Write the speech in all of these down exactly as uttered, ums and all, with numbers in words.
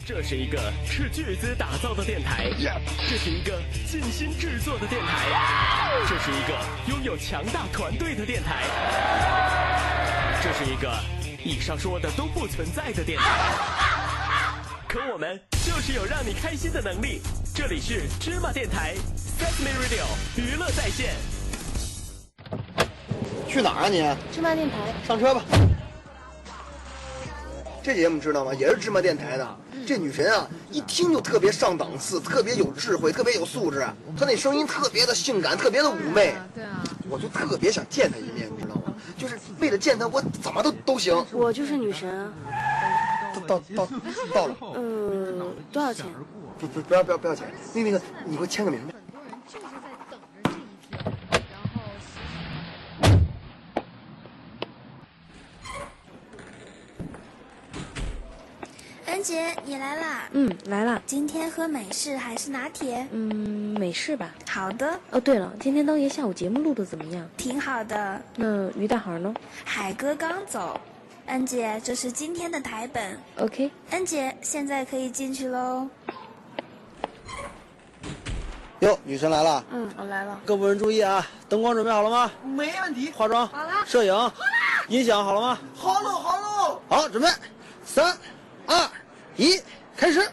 这是一个斥巨资打造的电台，这是一个尽心制作的电台，这是一个拥有强大团队的电台，这是一个以上说的都不存在的电台。可我们就是有让你开心的能力。这里是芝麻电台 Sesame Radio 娱乐在线。 去哪儿啊你？ 芝麻电台。 上车吧。这节目知道吗？也是芝麻电台的。嗯、这女神啊，一听就特别上档次，特别有智慧，特别有素质。她那声音特别的性感，特别的妩媚。 对啊。 我就特别想见她一面，你知道吗？就是为了见她，我怎么都都行。 我就是女神啊。 到到到了。 嗯，多少钱？ 不不不要不要不要钱。那那个，你给我签个名吧。 恩姐，你来啦？ 嗯，来啦。 今天喝美式还是拿铁？ 嗯，美式吧。 好的。 哦，对了，天天当爷下午节目录的怎么样？ 挺好的。 那于大海呢？ 海哥刚走。恩姐，这是今天的台本。 OK。 恩姐，现在可以进去喽。 哟，女神来了。 嗯，我来了。 各部门注意啊，灯光准备好了吗？ 没问题。 化妆。 好了。 摄影。好了。音响好了吗？ 好喽，好喽。 好，准备，三、二、一，开始。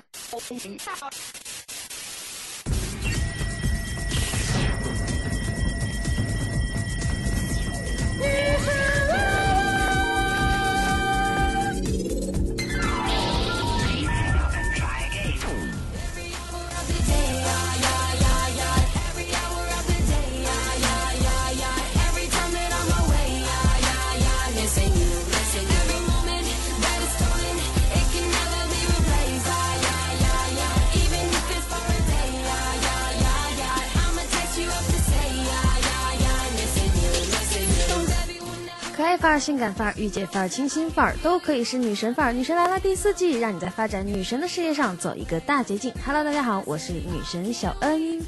可爱范儿、性感范儿、御姐范儿、清新范儿都可以是女神范儿。女神来了第四季，让你在发展女神的事业上走一个大捷径。Hello， 大家好，我是女神小恩。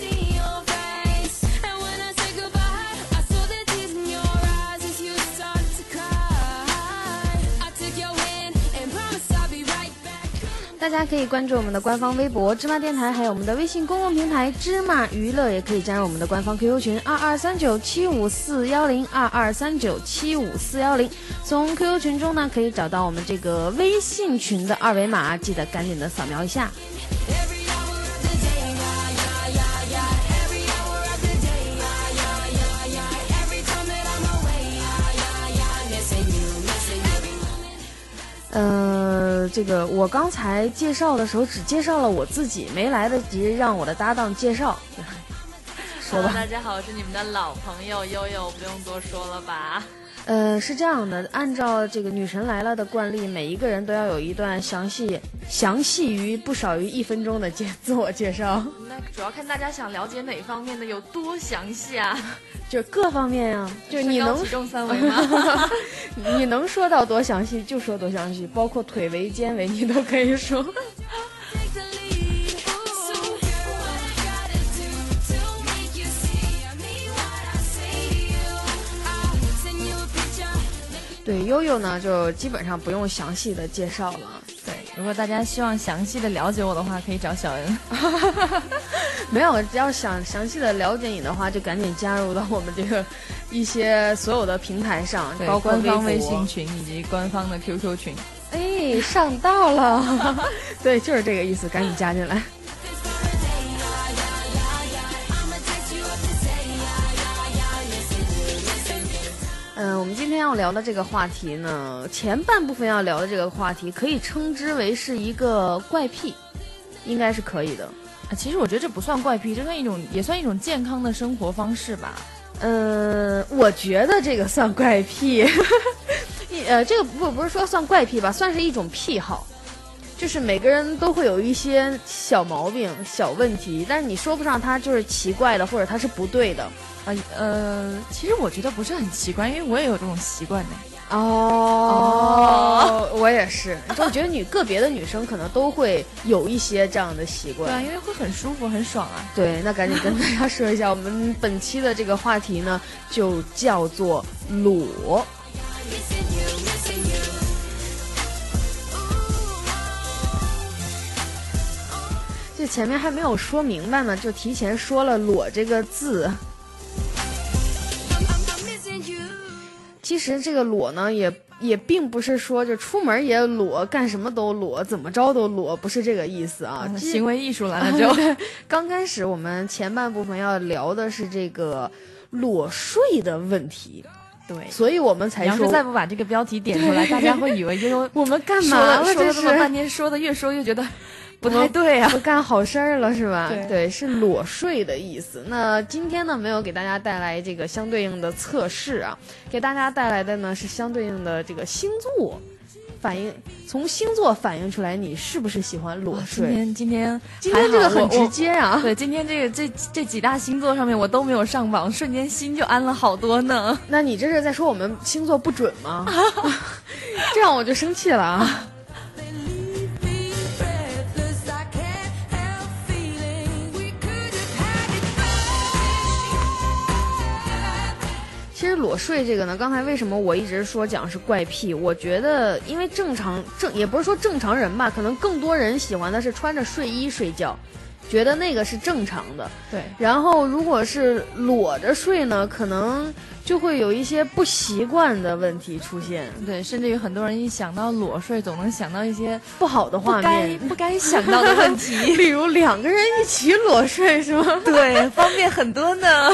大家可以关注我们的官方微博芝麻电台，还有我们的微信公共平台芝麻娱乐，也可以加入我们的官方 Q Q 群二二三九七五四一零二二三九七五四一零。从 Q Q 群中呢，可以找到我们这个微信群的二维码，记得赶紧的扫描一下。呃，这个我刚才介绍的时候只介绍了我自己，没来得及让我的搭档介绍。说吧。 大家好，我是你们的老朋友悠悠，不用多说了吧？ 呃，是这样的，按照这个女神来了的惯例，每一个人都要有一段详细、详细于不少于一分钟的介自我介绍。 那主要看大家想了解哪方面的，有多详细啊？ 就各方面啊，就你能体重三围吗？ 你能说到多详细就说多详细，包括腿围、肩围你都可以说。对，悠悠呢就基本上不用详细的介绍了。 对，如果大家希望详细的了解我的话，可以找小恩。 没有，要想详细的了解你的话，就赶紧加入到我们这个一些所有的平台上，包括官方微信群以及官方的 Q Q 群。 哎，上道了。对，就是这个意思，赶紧加进来。嗯，我们今天要聊的这个话题呢，前半部分要聊的这个话题可以称之为是一个怪癖，应该是可以的。 啊，其实我觉得这不算怪癖，这算一种也算一种健康的生活方式吧。 嗯，我觉得这个算怪癖。呃，这个不不是说算怪癖吧，算是一种癖好。就是每个人都会有一些小毛病、小问题，但是你说不上它就是奇怪的，或者它是不对的。 呃呃，其实我觉得不是很奇怪，因为我也有这种习惯的。 哦，我也是。就我觉得女个别的女生可能都会有一些这样的习惯。 对啊，因为会很舒服、很爽啊。 对，那赶紧跟大家说一下，我们本期的这个话题呢，就叫做裸。 这前面还没有说明白呢，就提前说了裸这个字。其实这个裸呢也也并不是说就出门也裸，干什么都裸，怎么着都裸，不是这个意思啊。 啊行为艺术来了就。 刚开始我们前半部分要聊的是这个裸睡的问题， 对， 所以我们才说， 要是再不把这个标题点出来，大家会以为又我们干嘛了？ 说了这这么半天，说的越说越觉得不太对啊， 不干好事儿了是吧？ 对对，是裸睡的意思。那今天呢，没有给大家带来这个相对应的测试啊，给大家带来的呢是相对应的这个星座。反映从星座反映出来你是不是喜欢裸睡？ 今天今天今天这个很直接啊！ 对，今天这个这这几大星座上面我都没有上榜，瞬间心就安了好多呢。 那你这是在说我们星座不准吗？这样我就生气了啊！其实裸睡这个呢，刚才为什么我一直说讲是怪癖？我觉得，因为正常正也不是说正常人吧，可能更多人喜欢的是穿着睡衣睡觉，觉得那个是正常的。 对。 然后如果是裸着睡呢，可能就会有一些不习惯的问题出现。 对，甚至于很多人一想到裸睡，总能想到一些不好的画面， 不该不该想到的问题， 例如两个人一起裸睡，是吗？ 对，方便很多呢。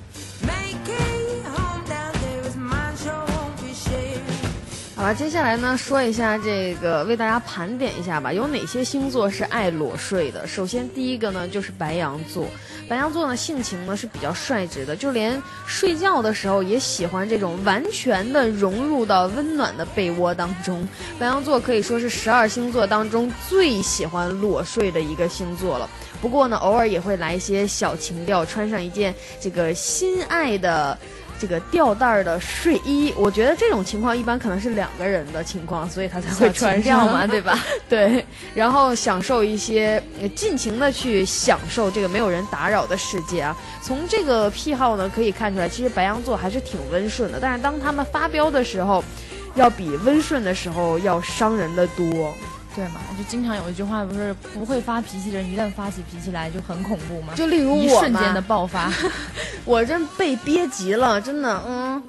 好了，接下来呢，说一下这个，为大家盘点一下吧，有哪些星座是爱裸睡的。首先第一个呢，就是白羊座。白羊座呢，性情呢是比较率直的，就连睡觉的时候也喜欢这种完全的融入到温暖的被窝当中。白羊座可以说是十二星座当中最喜欢裸睡的一个星座了。不过呢，偶尔也会来一些小情调，穿上一件这个心爱的这个吊带的睡衣，我觉得这种情况一般可能是两个人的情况，所以他才会穿上嘛，对吧？ 对，然后享受一些尽情的去享受这个没有人打扰的世界啊。从这个癖好呢可以看出来，其实白羊座还是挺温顺的，但是当他们发飙的时候，要比温顺的时候要伤人的多。 对嘛，就经常有一句话不是，不会发脾气的人一旦发起脾气来就很恐怖嘛。 就例如我一瞬间的爆发， 我真被憋急了，真的，嗯。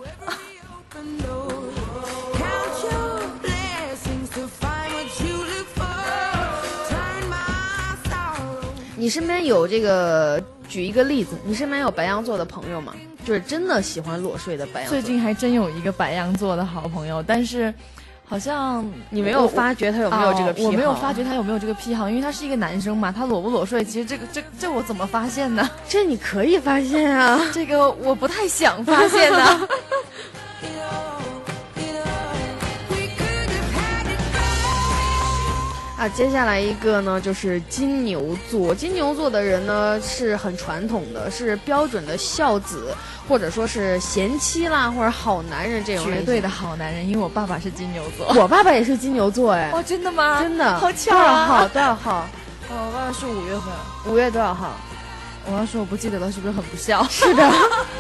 你身边有这个，举一个例子，你身边有白羊座的朋友吗？就是真的喜欢裸睡的白羊座。 最近还真有一个白羊座的好朋友，但是好像你没有发觉他有没有这个癖好？ 我没有发觉他有没有这个癖好，因为他是一个男生嘛，他裸不裸睡，其实这个这这我怎么发现呢？ 这你可以发现啊， 这个我不太想发现呢。 啊，接下来一个呢，就是金牛座。金牛座的人呢是很传统的，是标准的孝子，或者说是贤妻啦，或者好男人这种绝对的好男人。因为我爸爸是金牛座， 我爸爸也是金牛座，哎， 哦，真的吗？ 真的， 好巧啊！ 多少号？多少号？ 哦，我爸爸是五月份。 五月多少号？ 我要说我不记得了，是不是很不孝？ 是的。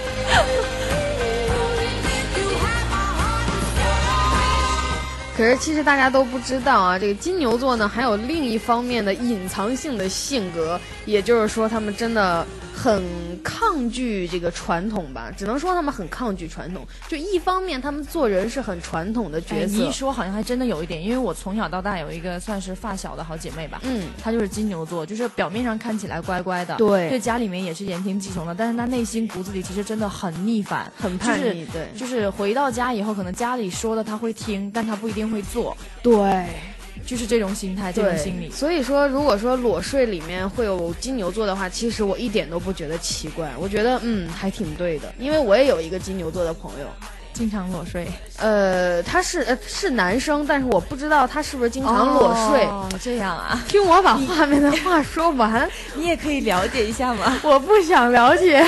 可是其实大家都不知道啊，这个金牛座呢还有另一方面的隐藏性的性格，也就是说他们真的很抗拒这个传统吧，只能说他们很抗拒传统。就一方面他们做人是很传统的角色， 哎、你一说好像还真的有一点，因为我从小到大有一个算是发小的好姐妹吧，嗯，她就是金牛座，就是表面上看起来乖乖的， 对， 对家里面也是言听计从的，但是她内心骨子里其实真的很逆反， 很叛逆， 就是、 对， 就是回到家以后，可能家里说的她会听，但她不一定会做， 对。 就是这种心态，这种心理。 所以说，如果说裸睡里面会有金牛座的话，其实我一点都不觉得奇怪，我觉得嗯还挺对的，因为我也有一个金牛座的朋友， 经常裸睡。 呃，他是呃是男生，但是我不知道他是不是经常裸睡。 哦，这样啊？ 听我把画面的话说完， 你也可以了解一下嘛。 我不想了解。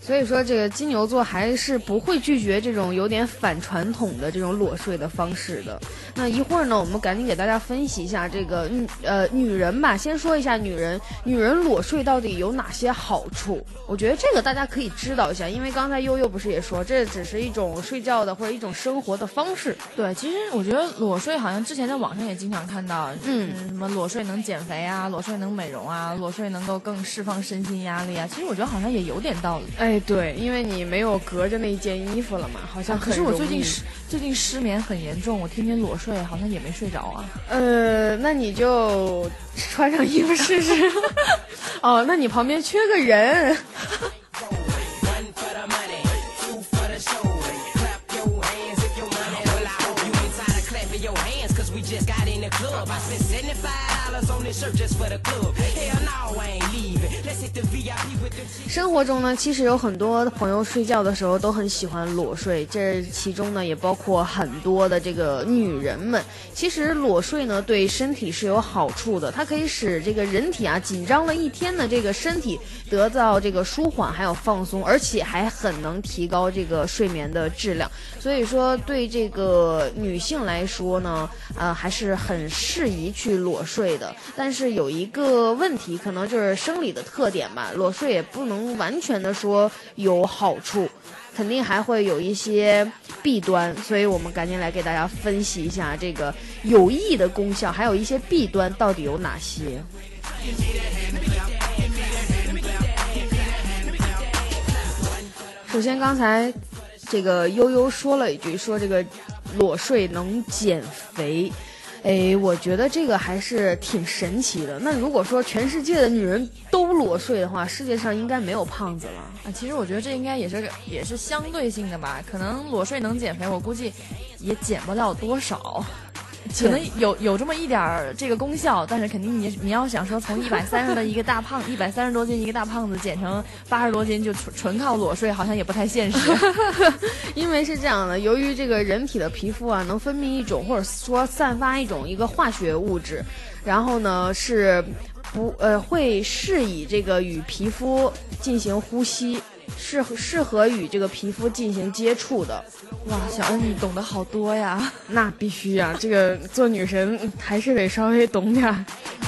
所以说这个金牛座还是不会拒绝这种有点反传统的这种裸睡的方式的。那一会儿呢，我们赶紧给大家分析一下这个嗯呃女人吧，先说一下女人，女人裸睡到底有哪些好处？我觉得这个大家可以知道一下，因为刚才悠悠不是也说，这只是一种睡觉的或者一种生活的方式。 对，其实我觉得裸睡好像之前在网上也经常看到， 嗯， 什么裸睡能减肥啊，裸睡能美容啊，裸睡能够更释放身心压力啊。其实我觉得好像也有点道理。 哎，对，因为你没有隔着那一件衣服了嘛，好像很容易。 可是我最近失最近失眠很严重，我天天裸睡，好像也没睡着啊。 呃，那你就穿上衣服试试。哦，那你旁边缺个人。生活中呢，其实有很多朋友睡觉的时候都很喜欢裸睡，这其中呢也包括很多的这个女人们。其实裸睡呢对身体是有好处的，它可以使这个人体啊紧张了一天的这个身体得到这个舒缓还有放松，而且还很能提高这个睡眠的质量。所以说对这个女性来说呢，呃还是很适宜去裸睡的。但是有一个问题，可能就是生理的特点吧，裸睡也不能完全的说有好处，肯定还会有一些弊端，所以我们赶紧来给大家分析一下这个有益的功效，还有一些弊端到底有哪些。首先刚才这个悠悠说了一句，说这个裸睡能减肥，哎，我觉得这个还是挺神奇的。那如果说全世界的女人都裸睡的话，世界上应该没有胖子了啊。其实我觉得这应该也是也是相对性的吧，可能裸睡能减肥，我估计也减不了多少。可能有有这么一点儿这个功效，但是肯定你你要想说从一百三十的一个大胖一百三十多斤一个大胖子减成八十多斤，就纯纯靠裸睡，好像也不太现实。 因为是这样的，由于这个人体的皮肤啊能分泌一种或者说散发一种一个化学物质，然后呢是不呃会适宜这个与皮肤进行呼吸，适适合与这个皮肤进行接触的。 哇，小恩你懂得好多呀！ 那必须呀，这个做女神还是得稍微懂点。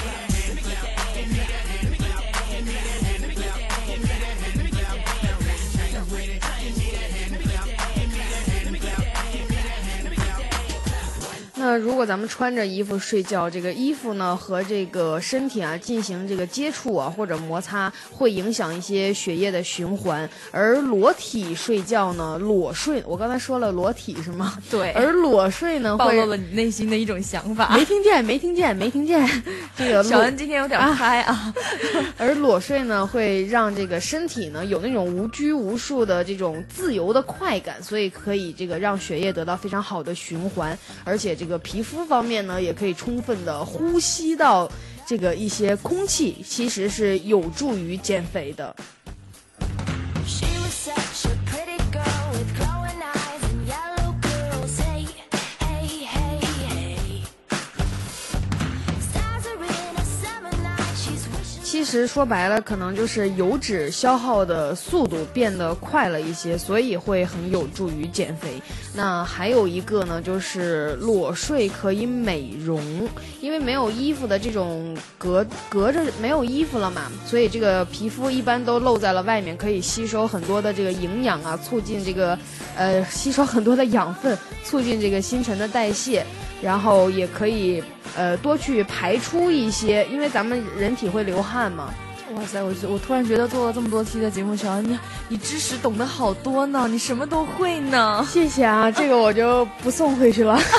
那如果咱们穿着衣服睡觉，这个衣服呢和这个身体啊进行这个接触啊或者摩擦，会影响一些血液的循环。而裸体睡觉呢，裸睡，我刚才说了裸体是吗？ 对。 而裸睡呢， 暴露了你内心的一种想法。 没听见，没听见，没听见。这个小恩今天有点嗨啊。啊而裸睡呢，会让这个身体呢有那种无拘无束的这种自由的快感，所以可以这个让血液得到非常好的循环，而且这个。这个皮肤方面呢，也可以充分的呼吸到这个一些空气，其实是有助于减肥的。其实说白了，可能就是油脂消耗的速度变得快了一些，所以会很有助于减肥。那还有一个呢，就是裸睡可以美容，因为没有衣服的这种隔隔着没有衣服了嘛，所以这个皮肤一般都露在了外面，可以吸收很多的这个营养啊，促进这个呃吸收很多的养分，促进这个新陈的代谢。然后也可以呃多去排出一些，因为咱们人体会流汗嘛。 哇塞，我我突然觉得做了这么多期的节目，小恩你你知识懂得好多呢，你什么都会呢。 谢谢啊，这个我就不送回去了。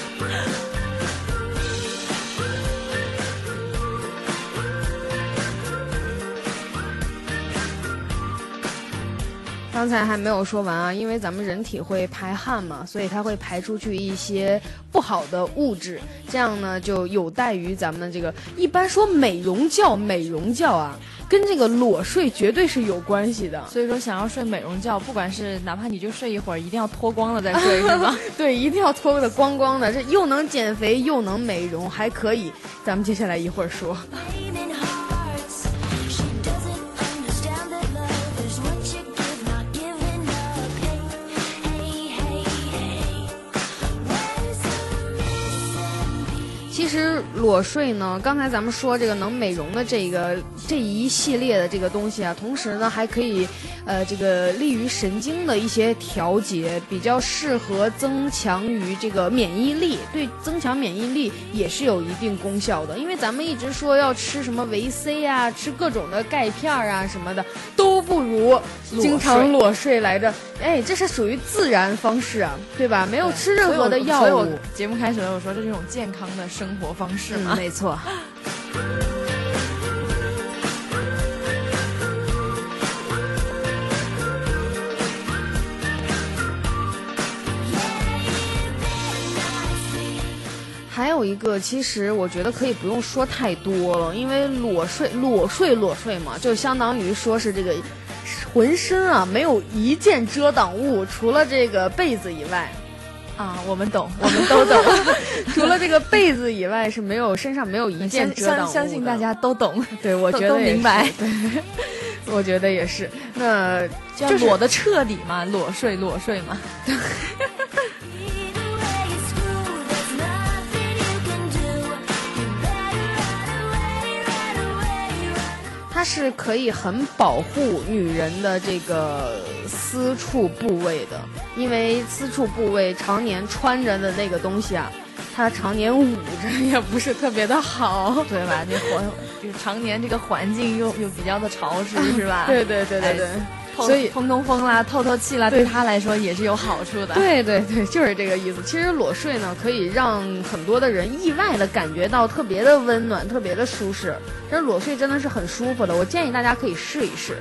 刚才还没有说完啊，因为咱们人体会排汗嘛，所以它会排出去一些不好的物质，这样呢就有待于咱们这个一般说美容觉，美容觉啊，跟这个裸睡绝对是有关系的。 所以说想要睡美容觉，不管是哪怕你就睡一会儿，一定要脱光了再睡，是吗？ 对，一定要脱得光光的，这又能减肥又能美容，还可以。咱们接下来一会儿说。 裸睡呢，刚才咱们说这个能美容的这个这一系列的这个东西啊，同时呢还可以，呃，这个利于神经的一些调节，比较适合增强于这个免疫力，对增强免疫力也是有一定功效的。因为咱们一直说要吃什么维 C 啊，吃各种的钙片啊什么的，都不如经常裸睡来着。哎，这是属于自然方式啊，对吧？没有吃任何的药物。 所以我节目开始的时候我说这是一种健康的生活方式嘛， 嗯、没错。还有一个，其实我觉得可以不用说太多了，因为裸睡、裸睡、裸睡嘛，就相当于说是这个浑身啊没有一件遮挡物，除了这个被子以外。 啊，我们懂，我们都懂。 除了这个被子以外，是没有身上没有一件遮挡物的。 相信大家都懂， 对，我觉得都明白。 对，我觉得也是。那就要裸的彻底嘛，裸睡裸睡嘛。 它是可以很保护女人的这个私处部位的，因为私处部位常年穿着的那个东西啊，它常年捂着也不是特别的好， 对吧？你环就是常年这个环境又又比较的潮湿，是吧？ 对对对对对。 哎所以通通风啦，透透气啦，对他来说也是有好处的。 对对对，就是这个意思。其实裸睡呢，可以让很多的人意外的感觉到特别的温暖，特别的舒适。这裸睡真的是很舒服的，我建议大家可以试一试。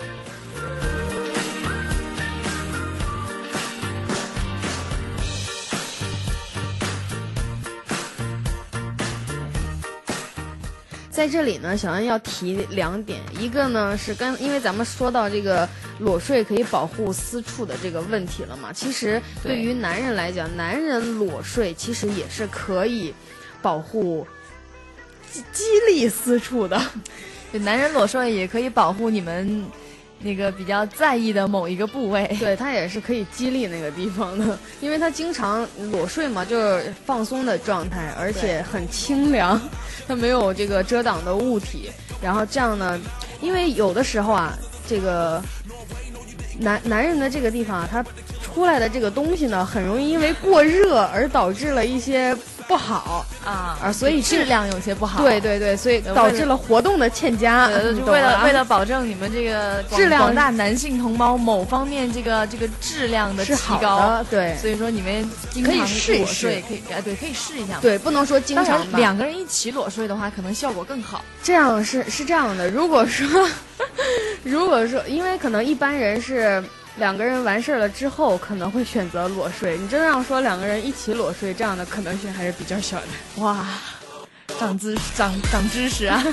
在这里呢，小恩要提两点，一个呢是刚，因为咱们说到这个裸睡可以保护私处的这个问题了嘛，其实对于男人来讲，男人裸睡其实也是可以保护激激励私处的， 对，男人裸睡也可以保护你们那个比较在意的某一个部位， 对，它也是可以激励那个地方的，因为他经常裸睡嘛，就是放松的状态，而且很清凉，它没有这个遮挡的物体，然后这样呢，因为有的时候啊，这个男男人的这个地方啊，他出来的这个东西呢，很容易因为过热而导致了一些不好啊， 啊，所以质量有些不好。 对对对，所以导致了活动的欠佳。 对，就为了为了保证你们这个质量， 广大男性同胞某方面这个这个质量的提高， 对， 所以说你们经常可以试一试， 可以啊，对，可以试一下。 对，不能说经常吧。 两个人一起裸睡的话，可能效果更好。 这样是是这样的，如果说如果说，因为可能一般人是。两个人完事儿了之后可能会选择裸睡，你真让说两个人一起裸睡，这样的可能性还是比较小的。 哇，长知长长知识啊！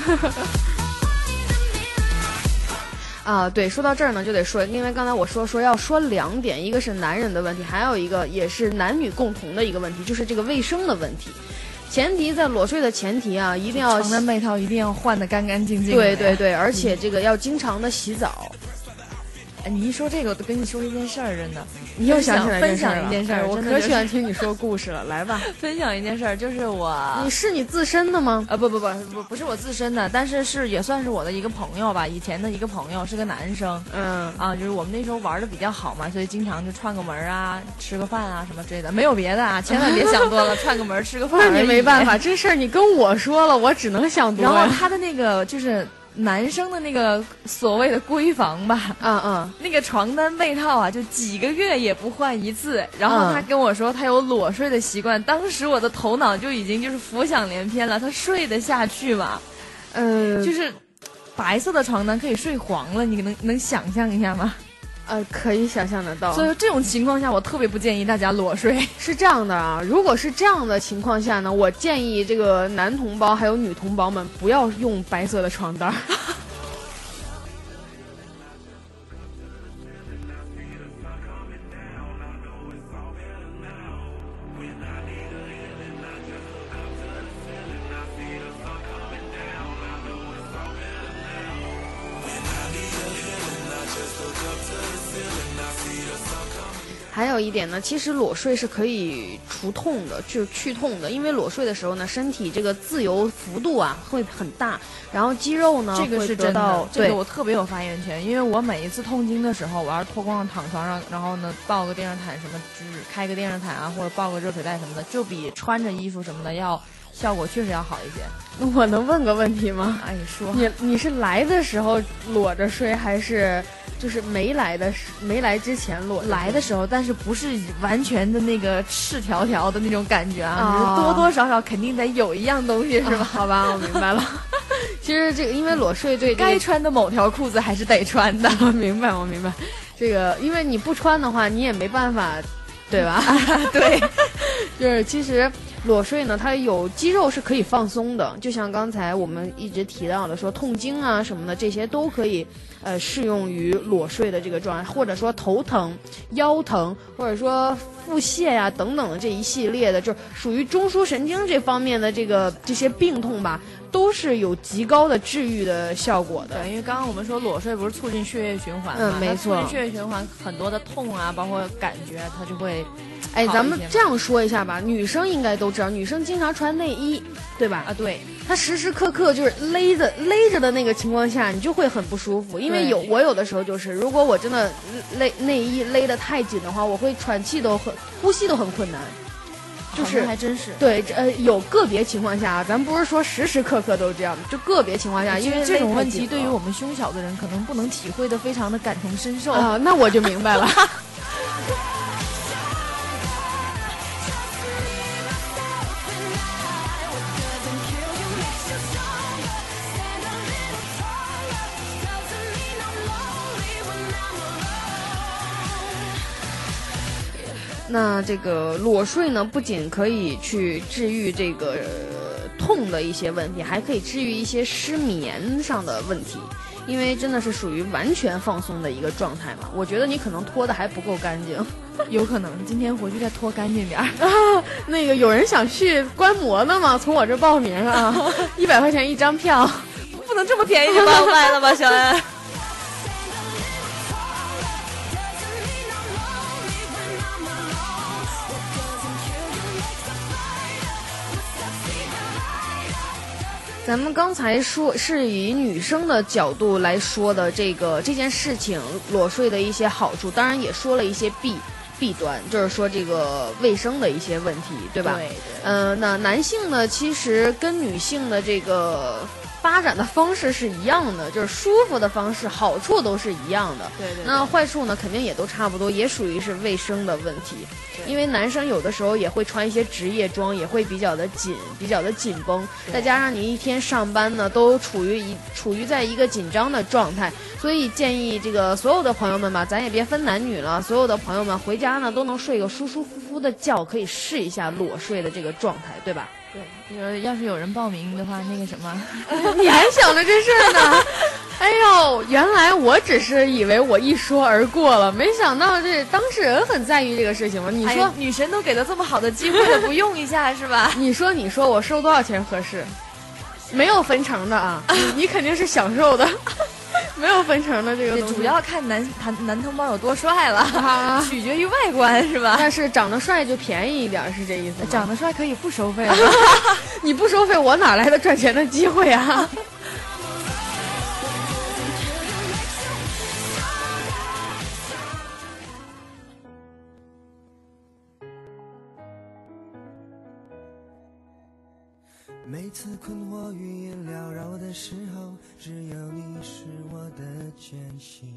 啊，对，说到这儿呢，就得说，因为刚才我说说要说两点，一个是男人的问题，还有一个也是男女共同的一个问题，就是这个卫生的问题。前提在裸睡的前提啊，一定要床单被套一定要换得干干净净。 对对对，而且这个要经常的洗澡。 哎，你一说这个，我都跟你说一件事儿，真的。 你又想起来分享一件事儿， 我可喜欢听你说故事了。来吧， 分享一件事儿，就是我， 你是你自身的吗？ 啊，不不不不，不是我自身的，但是是也算是我的一个朋友吧，以前的一个朋友，是个男生。嗯啊，就是我们那时候玩的比较好嘛，所以经常就串个门啊，吃个饭啊什么之类的，没有别的啊，千万别想多了，串个门吃个饭。 那你没办法，这事儿你跟我说了，我只能想多了。 然后他的那个就是。男生的那个所谓的闺房吧， 嗯嗯， 那个床单被套啊，就几个月也不换一次。然后他跟我说他有裸睡的习惯，当时我的头脑就已经就是浮想联翩了。他睡得下去吗？ 呃， 就是白色的床单可以睡黄了，你能能想象一下吗？ 呃，可以想象得到。 所以这种情况下，我特别不建议大家裸睡。 是这样的啊，如果是这样的情况下呢，我建议这个男同胞还有女同胞们不要用白色的床单。 还有一点呢，其实裸睡是可以除痛的，就去痛的，因为裸睡的时候呢，身体这个自由幅度啊会很大，然后肌肉呢这个是真的， 对， 这个我特别有发言权，因为我每一次痛经的时候，我要是脱光了躺床上，然后呢抱个电热毯什么，就是开个电热毯啊，或者抱个热水袋什么的，就比穿着衣服什么的要效果确实要好一些。 我能问个问题吗？ 哎，说你你是来的时候裸着睡，还是就是没来的时没来之前裸着睡？ 来的时候，但是不是完全的那个赤条条的那种感觉啊， 哦、 就是多多少少肯定得有一样东西，是吧？ 啊、好吧，我明白了。其实这个因为裸睡对、这个、 该穿的某条裤子还是得穿的。 我明白，我明白。这个因为你不穿的话，你也没办法，对吧？ 对， 就是其实。裸睡呢，它有肌肉是可以放松的，就像刚才我们一直提到的，说痛经啊什么的，这些都可以，呃，适用于裸睡的这个状态，或者说头疼、腰疼，或者说腹泻呀、啊、等等的这一系列的，就属于中枢神经这方面的这个这些病痛吧，都是有极高的治愈的效果的。 对，因为刚刚我们说裸睡不是促进血液循环吗？ 嗯，没错， 促进血液循环，很多的痛啊，包括感觉，它就会。 哎，咱们这样说一下吧，女生应该都知道，女生经常穿内衣，对吧？ 啊，对， 她时时刻刻就是勒着勒着的那个情况下，你就会很不舒服。因为有我有的时候就是，如果我真的勒内衣勒得太紧的话，我会喘气都很呼吸都很困难。就是还真是对，呃，有个别情况下，咱不是说时时刻刻都这样，就个别情况下，因为这种问题对于我们胸小的人可能不能体会的非常的感同身受啊、呃，那我就明白了。那这个裸睡呢，不仅可以去治愈这个、呃、痛的一些问题，还可以治愈一些失眠上的问题，因为真的是属于完全放松的一个状态嘛。我觉得你可能脱的还不够干净， 有可能今天回去再脱干净点儿。 啊，那个有人想去观摩的吗？从我这报名啊，一百块钱一张票， 不能这么便宜就把我卖了吧，小安。 咱们刚才说是以女生的角度来说的这个这件事情，裸睡的一些好处，当然也说了一些弊弊端，就是说这个卫生的一些问题，对吧？ 对对。 呃，那男性呢，其实跟女性的这个发展的方式是一样的，就是舒服的方式，好处都是一样的。 对 对, 对。 那坏处呢，肯定也都差不多，也属于是卫生的问题。因为男生有的时候也会穿一些职业装，也会比较的紧，比较的紧绷，再加上你一天上班呢，都处于一处于在一个紧张的状态，所以建议这个所有的朋友们吧，咱也别分男女了，所有的朋友们回家呢都能睡个舒舒服服的觉，可以试一下裸睡的这个状态，对吧？ 对，就是要是有人报名的话，那个什么， 你还想着这事儿呢？哎呦，原来我只是以为我一说而过了，没想到这当事人很在意这个事情吗？你说、 哎、女神都给了这么好的机会了，不用一下是吧？ 你说你说我收多少钱合适？没有分成的啊，你你肯定是享受的。没有分成的这个东西， 主要看男男男同胞有多帅了，啊、取决于外观是吧？ 但是长得帅就便宜一点，是这意思吗？ 长得帅可以不收费了， 你不收费，我哪来的赚钱的机会啊？ 每次困惑语言缭绕的时候，只有你是我的坚信。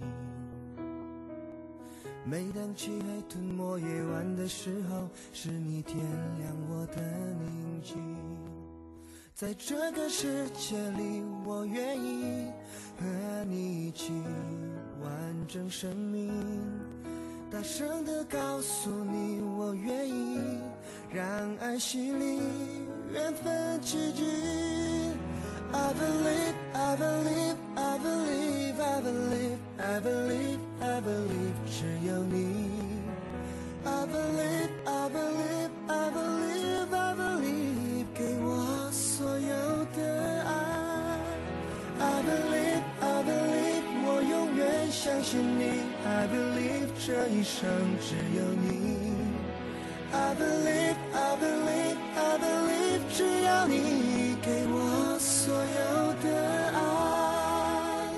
每当漆黑吞没夜晚的时候，是你点亮我的宁静。在这个世界里，我愿意和你一起完整生命，大声地告诉你，我愿意让爱洗礼，缘分奇迹。 I believe, I believe, I believe, I believe, I believe, I believe 只有你 I believe, I believe, I believe, I believe 给我所有的爱 I believe, I believe 我永远相信你 I believe 这一生只有你 I believe I believe I believe 只要你给我所有的爱。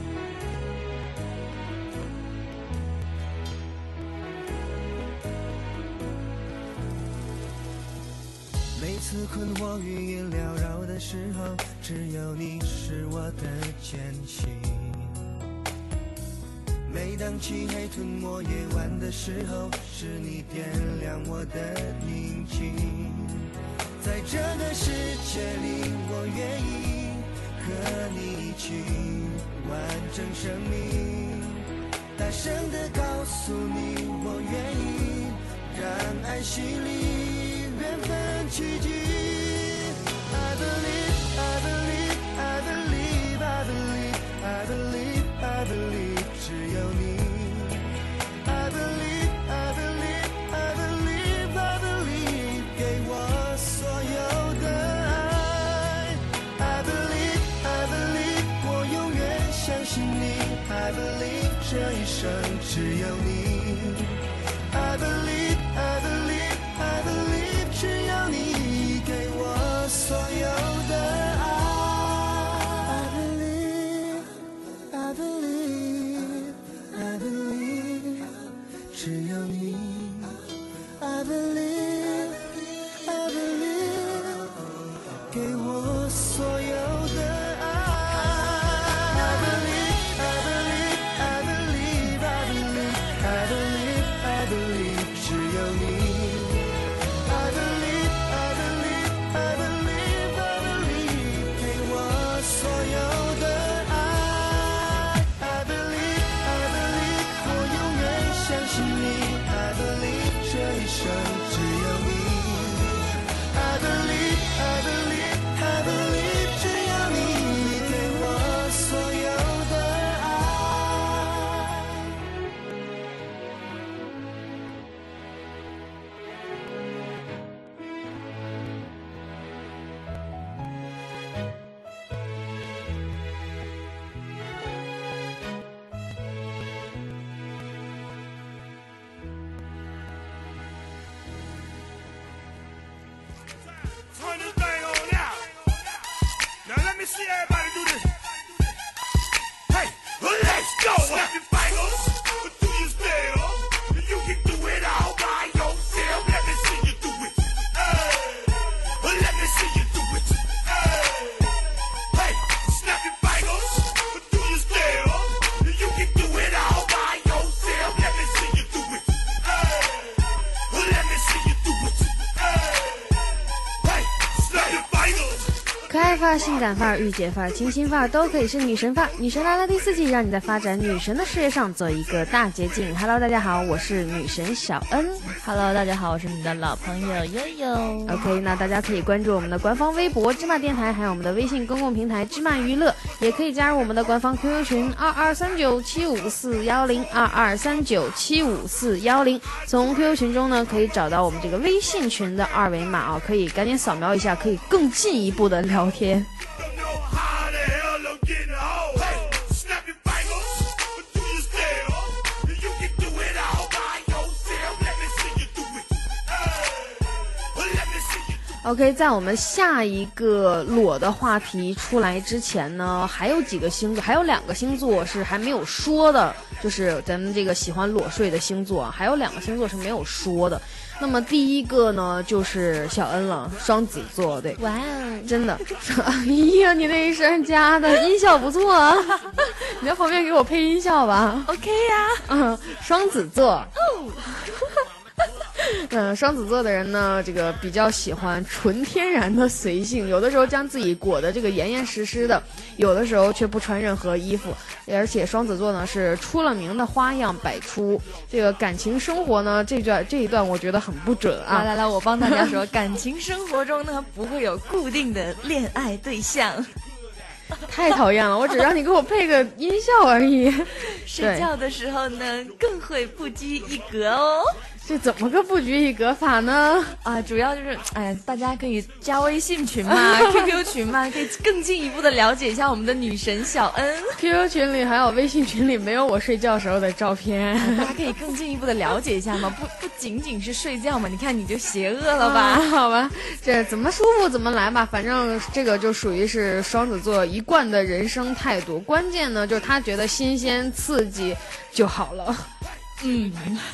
每次困惑语言缭绕的时候，只有你是我的坚信。每当漆黑吞没夜晚的时候，是你点亮我的宁静。在这个世界里，我愿意和你一起完整生命。大声地告诉你，我愿意让爱洗礼，缘分奇迹。I believe, I believe, I believe, I believe, I believe, I believe 只有你 I believe, I believe, I believe, I believe 给我所有的爱 I believe, I believe 我永远相信你 I believe 这一生只有你 I believe, I believe, I believe 只要你给我所有的爱 I believe, I believe, I believe 只有你 I believe, I believe 给我所有的爱 I believe, I believe, I believe, I believe, I believe, I believe 只有你 I believe, I believe, I believe, I believe 给我所有的爱 I believe, I believe 我永远相信你 I believe 这一生只有你 I believe, I believe, I believe 只要你给我所有的爱。 Turn this thing on out. Now let me see everybody do this. Hey, let's go. Snap your fingers, do your step. You can do it all by yourself. Let me see you do it. Hey, let me see you do it. Hey, hey, snap your fingers, do your step. You can do it all by yourself. Let me see you do it. Hey, let me see you do it. Hey, snap your fingers. 可爱范儿、性感范儿、御姐范儿、清新范儿都可以是女神范儿。女神来了第四季，让你在发展女神的事业上走一个大捷径。Hello， 大家好，我是女神小恩。 Hello， 大家好，我是你的老朋友悠悠。 OK， 那大家可以关注我们的官方微博芝麻电台，还有我们的微信公共平台芝麻娱乐，也可以加入我们的官方 Q Q 群二二三九七五四幺零二二三九七五四幺零。从 Q Q 群中呢，可以找到我们这个微信群的二维码啊，可以赶紧扫描一下，可以更进一步的聊天。 How the hell I'm getting home? Hey, snap your fingers, do your step. You can do it all by yourself. Let me see you do it. Hey, let me see you do it. OK， 在我们下一个裸的话题出来之前呢，还有几个星座，还有两个星座是还没有说的，就是咱们这个喜欢裸睡的星座啊，还有两个星座是没有说的。那么第一个呢，就是小恩了，双子座，对， 哇哦， 真的，哎呀，你那一声加的音效不错啊，你在旁边给我配音效吧 ，OK 呀， 嗯，双子座。嗯，双子座的人呢，这个比较喜欢纯天然的随性，有的时候将自己裹得这个严严实实的，有的时候却不穿任何衣服。而且双子座呢是出了名的花样百出，这个感情生活呢这段这一段我觉得很不准啊。 来来来，我帮大家说，感情生活中呢不会有固定的恋爱对象。 太讨厌了，我只让你给我配个音效而已。 睡觉的时候呢更会不拘一格哦。 这怎么个不拘一格法呢？ 啊，主要就是哎，大家可以加微信群嘛，Q Q 群嘛，可以更进一步的了解一下我们的女神小恩。 Q Q 群里还有微信群里没有我睡觉时候的照片， 大家可以更进一步的了解一下嘛，不不仅仅是睡觉嘛，你看你就邪恶了吧？ 啊、好吧，这怎么舒服怎么来吧，反正这个就属于是双子座一贯的人生态度，关键呢就是他觉得新鲜刺激就好了。嗯。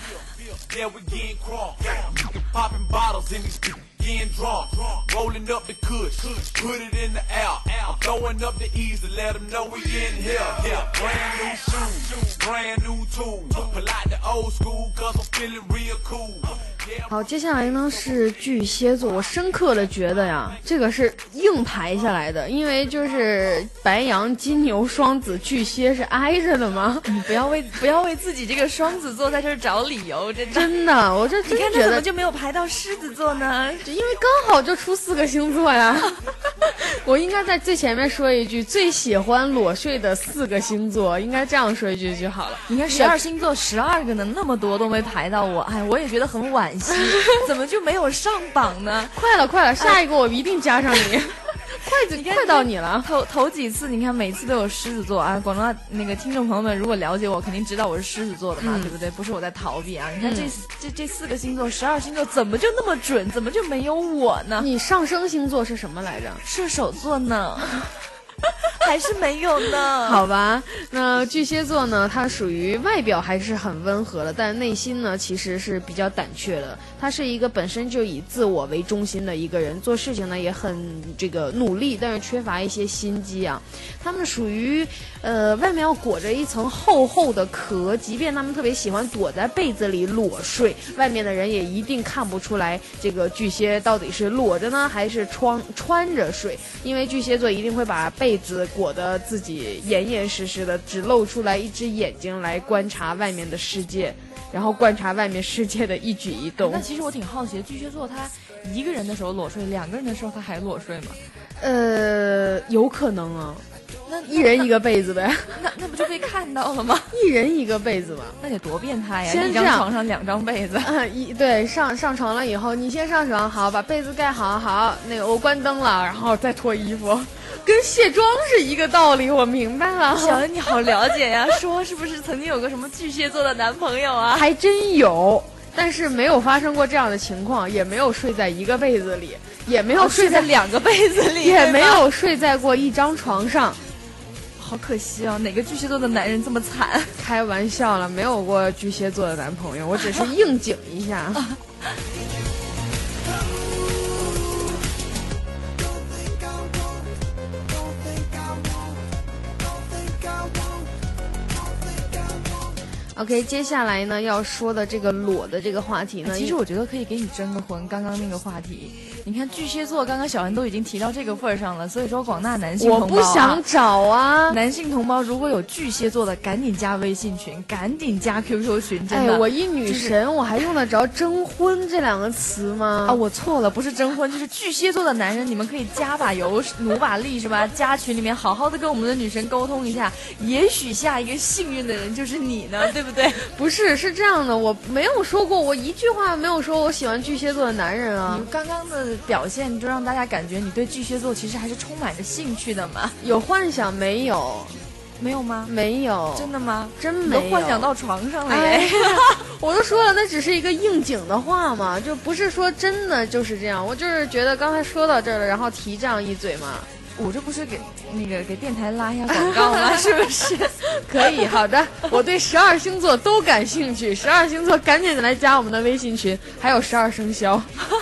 Yeah, we getting crunk. Popping bottles in these getting drunk. Rolling up the kush, put it in the air. I'm throwing up the ease to let them know we in here. Yeah, brand new shoes, brand new tools. Pull out the old school, cause I'm feeling real cool. 好，接下来呢是巨蟹座，我深刻的觉得呀，这个是硬排下来的，因为就是白羊、金牛、双子、巨蟹是挨着的吗？ 你不要为不要为自己这个双子座在这儿找理由，真的。 真的，我这真觉得你看他怎么就没有排到狮子座呢？ 因为刚好就出四个星座呀。我应该在最前面说一句，最喜欢裸睡的四个星座，应该这样说一句就好了。 你看十二星座十二个呢，那么多都没排到我，哎，我也觉得很惋惜，怎么就没有上榜呢？ 快了，快了，下一个我一定加上你。快你看快到你了， 头头几次你看每次都有狮子座啊，广东那个听众朋友们如果了解我，肯定知道我是狮子座的嘛，嗯、对不对？不是我在逃避啊。你看这、嗯、这这四个星座，十二星座怎么就那么准？怎么就没有我呢？ 你上升星座是什么来着？ 射手座呢？还是没有呢。 好吧，那巨蟹座呢，它属于外表还是很温和的，但内心呢其实是比较胆怯的。他是一个本身就以自我为中心的一个人，做事情呢也很这个努力，但是缺乏一些心机啊。他们属于呃外面要裹着一层厚厚的壳，即便他们特别喜欢躲在被子里裸睡，外面的人也一定看不出来这个巨蟹到底是裸着呢还是穿穿着睡，因为巨蟹座一定会把被子裹得自己严严实实的，只露出来一只眼睛来观察外面的世界，然后观察外面世界的一举一动。 那其实我挺好奇的，巨蟹座他一个人的时候裸睡，两个人的时候他还裸睡吗？ 呃，有可能啊。那一人一个被子呗， 那那不就被看到了吗？ 一人一个被子嘛， 那得多变态呀！ 先一张床上两张被子， 啊，一对上上床了以后，你先上床，好，把被子盖好，好，那个我关灯了，然后再脱衣服，跟卸妆是一个道理，我明白了。 小恩你好了解呀，说是不是曾经有个什么巨蟹座的男朋友啊？ 还真有，但是没有发生过这样的情况，也没有睡在一个被子里，也没有睡在两个被子里， 也没有睡在过一张床上。 好可惜啊！哪个巨蟹座的男人这么惨？ 开玩笑了，没有过巨蟹座的男朋友，我只是应景一下。OK， 接下来呢要说的这个裸的这个话题呢， 其实我觉得可以给你征个婚。刚刚那个话题，你看巨蟹座，刚刚小恩都已经提到这个份儿上了，所以说广大男性同胞、啊， 我不想找啊， 男性同胞如果有巨蟹座的，赶紧加微信群，赶紧加 Q Q 群，真的。 哎，我一女神，就是、我还用得着征婚这两个词吗？ 啊，我错了，不是征婚，就是巨蟹座的男人，你们可以加把油，努把力，是吧？加群里面好好的跟我们的女神沟通一下，也许下一个幸运的人就是你呢，对不对？ 不是，是这样的，我没有说过，我一句话没有说我喜欢巨蟹座的男人啊。 你刚刚的表现就让大家感觉你对巨蟹座其实还是充满着兴趣的嘛？ 有幻想没有？ 没有吗？ 没有。 真的吗？ 真没有。 都幻想到床上了耶！ 哎、我都说了，那只是一个应景的话嘛，就不是说真的就是这样。我就是觉得刚才说到这儿了，然后提这样一嘴嘛。 我这不是给那个给电台拉一下广告吗？是不是？ 可以，好的，我对十二星座都感兴趣，十二星座赶紧来加我们的微信群，还有十二生肖。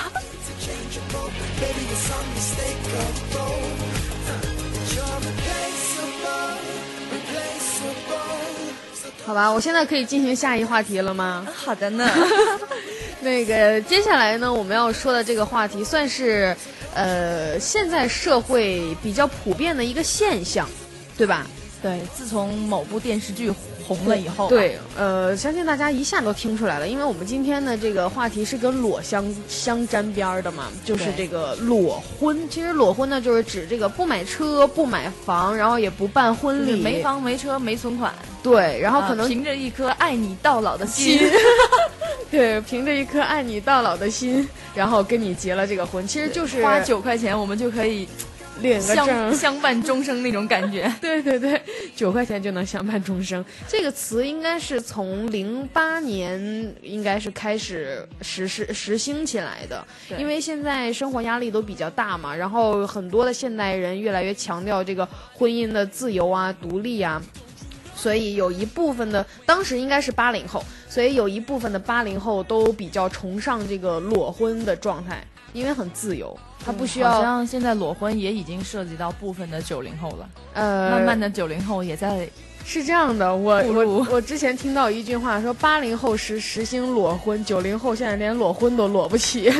好吧，我现在可以进行下一话题了吗？ 好的呢。 那个接下来呢，我们要说的这个话题算是呃现在社会比较普遍的一个现象，对吧？ 对，自从某部电视剧红了以后， 对，呃，相信大家一下都听出来了，因为我们今天的这个话题是跟裸相相沾边的嘛，就是这个裸婚。其实裸婚呢，就是指这个不买车、不买房，然后也不办婚礼， 没房、没车、没存款。 对，然后可能、 啊、凭着一颗爱你到老的心。 对，凭着一颗爱你到老的心，然后跟你结了这个婚，其实就是花九块钱，我们就可以领个证相相伴终生那种感觉。 对对对，九块钱就能相伴终生。这个词应该是从零八年应该是开始实施实行起来的，因为现在生活压力都比较大嘛，然后很多的现代人越来越强调这个婚姻的自由啊、独立啊。所以有一部分的，当时应该是八零后，所以有一部分的八零后都比较崇尚这个裸婚的状态，因为很自由，他不需要。 好像现在裸婚也已经涉及到部分的九零后了， 呃， 慢慢的九零后也在。 是这样的，我我我之前听到一句话说，八零后实实行裸婚，九零后现在连裸婚都裸不起。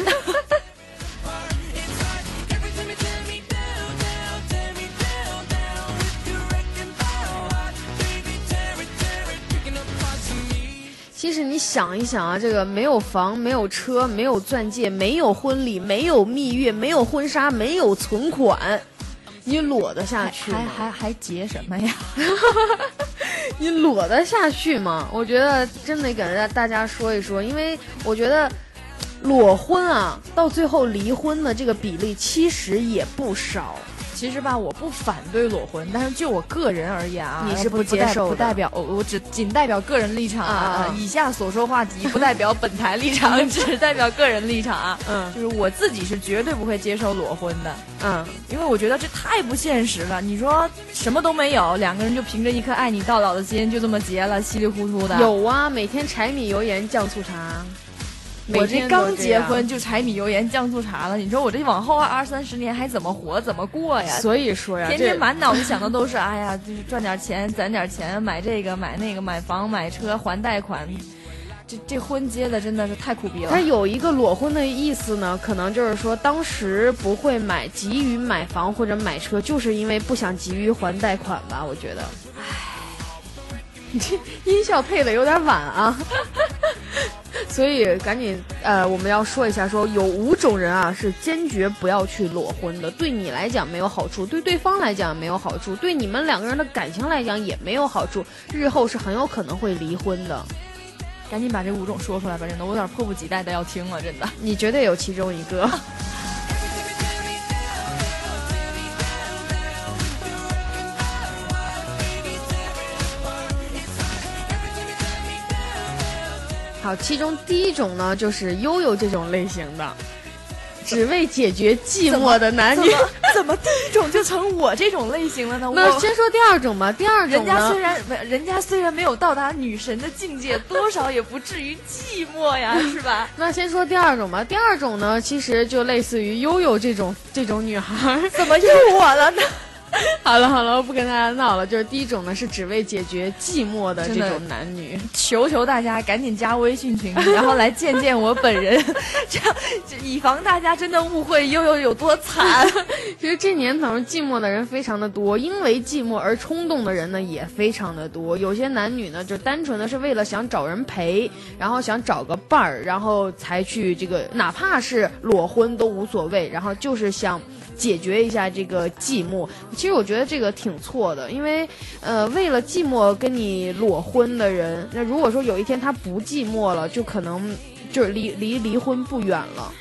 其实你想一想啊，这个没有房、没有车、没有钻戒、没有婚礼、没有蜜月、没有婚纱、没有存款，你裸得下去吗？ 还还还结什么呀？ 你裸得下去吗？我觉得真得给大家说一说，因为我觉得裸婚啊，到最后离婚的这个比例其实也不少。 其实吧，我不反对裸婚，但是就我个人而言啊， 你是不接受的， 不代表我我只仅代表个人立场啊。啊以下所说话题不代表本台立场，只代表个人立场啊。嗯，就是我自己是绝对不会接受裸婚的。嗯，因为我觉得这太不现实了。你说什么都没有，两个人就凭着一颗爱你到老的心就这么结了，稀里糊涂的。 有啊，每天柴米油盐酱醋茶。 我这刚结婚就柴米油盐酱醋茶了，你说我这往后二三十年还怎么活怎么过呀？ 所以说呀， 天天满脑子想的都是哎呀，就是赚点钱攒点钱买这个买那个买房买车还贷款，这这婚结的真的是太苦逼了。 它有一个裸婚的意思呢，可能就是说当时不会买急于买房或者买车，就是因为不想急于还贷款吧？我觉得，唉，你这音效配的有点晚啊。所以赶紧呃，我们要说一下说，有五种人啊是坚决不要去裸婚的，对你来讲没有好处，对对方来讲没有好处，对你们两个人的感情来讲也没有好处，日后是很有可能会离婚的。 赶紧把这五种说出来吧，真的我有点迫不及待的要听了，真的。 你绝对有其中一个。好，其中第一种呢，就是悠悠这种类型的，只为解决寂寞的男女。 怎 么, 怎么第一种就成我这种类型了呢？ 那先说第二种吧。第二种呢， 人家虽然人家虽然没有到达女神的境界，多少也不至于寂寞呀，是吧？ 那先说第二种吧。第二种呢，其实就类似于悠悠这种这种女孩。 怎么又我了呢？ 好了好了，我不跟大家闹了。就是第一种呢，是只为解决寂寞的这种男女， 求求大家赶紧加微信群，然后来见见我本人，这样以防大家真的误会悠悠有多惨。 其实这年头寂寞的人非常的多，因为寂寞而冲动的人呢也非常的多。有些男女呢就单纯的是为了想找人陪，然后想找个伴儿，然后才去这个，哪怕是裸婚都无所谓，然后就是想解决一下这个寂寞。其实我觉得这个挺错的，因为呃，为了寂寞跟你裸婚的人，那如果说有一天他不寂寞了，就可能就是离离离婚不远了。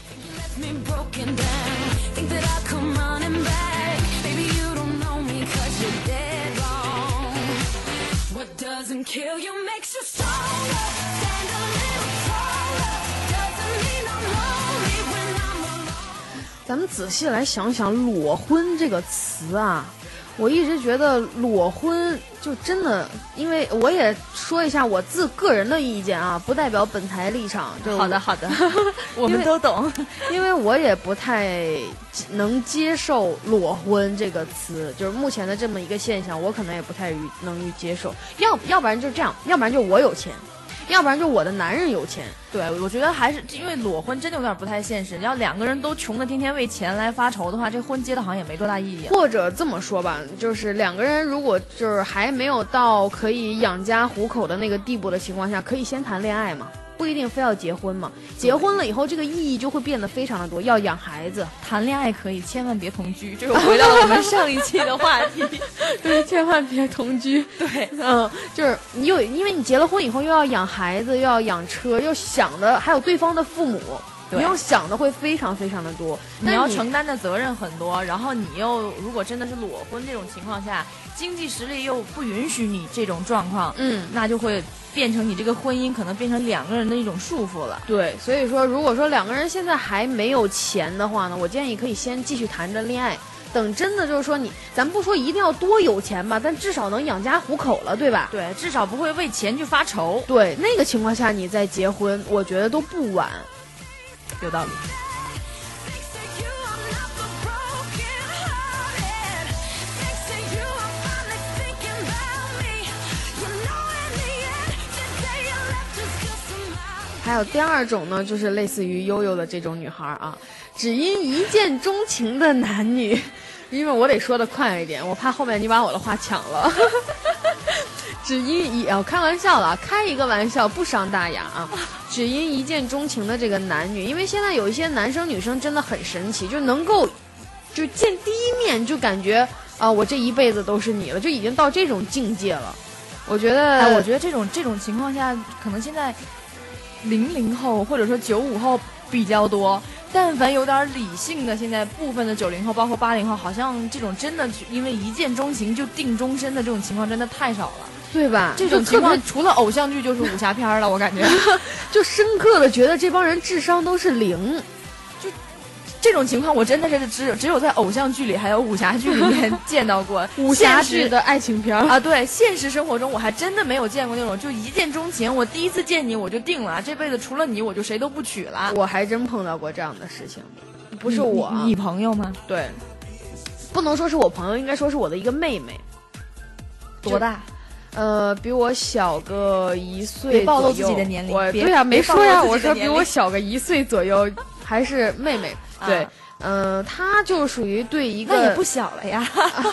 咱们仔细来想想裸婚这个词啊，我一直觉得裸婚就真的，因为我也说一下我自个人的意见啊，不代表本台立场。就好的好的，我们都懂。 因为我也不太能接受裸婚这个词，就是目前的这么一个现象，我可能也不太能于接受。要要不然就这样，要不然就我有钱，要不然就我的男人有钱。 对，我觉得还是因为裸婚真的有点不太现实，要两个人都穷的天天为钱来发愁的话，这婚结的好像也没多大意义、啊。 或者这么说吧，就是两个人如果就是还没有到可以养家糊口的那个地步的情况下，可以先谈恋爱嘛。 不一定非要结婚嘛。结婚了以后，这个意义就会变得非常的多，要养孩子， 谈恋爱可以，千万别同居。这又回到了我们上一期的话题， 对，千万别同居。 对， 嗯，就是你有，因为你结了婚以后又要养孩子，又要养车，又想的还有对方的父母。你要想的会非常非常的多， 你要承担的责任很多，然后你又如果真的是裸婚这种情况下，经济实力又不允许你这种状况， 嗯， 那就会变成你这个婚姻可能变成两个人的一种束缚了。 对，所以说如果说两个人现在还没有钱的话呢，我建议可以先继续谈着恋爱，等真的就是说你，咱不说一定要多有钱吧，但至少能养家糊口了，对吧？ 对，至少不会为钱去发愁。 对，那个情况下你再结婚，我觉得都不晚。 有道理。 还有第二种呢，就是类似于悠悠的这种女孩啊，只因一见钟情的男女，因为我得说的快一点，我怕后面你把我的话抢了。只因一哦，开玩笑了，开一个玩笑，不伤大雅啊。只因一见钟情的这个男女，因为现在有一些男生女生真的很神奇，就能够就见第一面就感觉啊、呃，我这一辈子都是你了，就已经到这种境界了。我觉得， 哎，我觉得这种这种情况下，可能现在零零后或者说九五后比较多。但凡有点理性的，现在部分的九零后，包括八零后，好像这种真的因为一见钟情就定终身的这种情况真的太少了， 对吧？ 这种情况除了偶像剧就是武侠片了，我感觉就深刻的觉得这帮人智商都是零。 就这种情况，我真的是只有只有在偶像剧里还有武侠剧里面见到过。 武侠剧的爱情片啊，对，现实生活中我还真的没有见过那种就一见钟情，我第一次见你我就定了，这辈子除了你我就谁都不娶了。 我还真碰到过这样的事情，不是我， 你, 你朋友吗？ 对，不能说是我朋友，应该说是我的一个妹妹。 多大？ 呃，比我小个一岁左右。 别暴露自己的年龄。 我对呀、啊，没说呀，我说比我小个一岁左右，还是妹妹。对，嗯、呃，她就属于对一个那也不小了呀。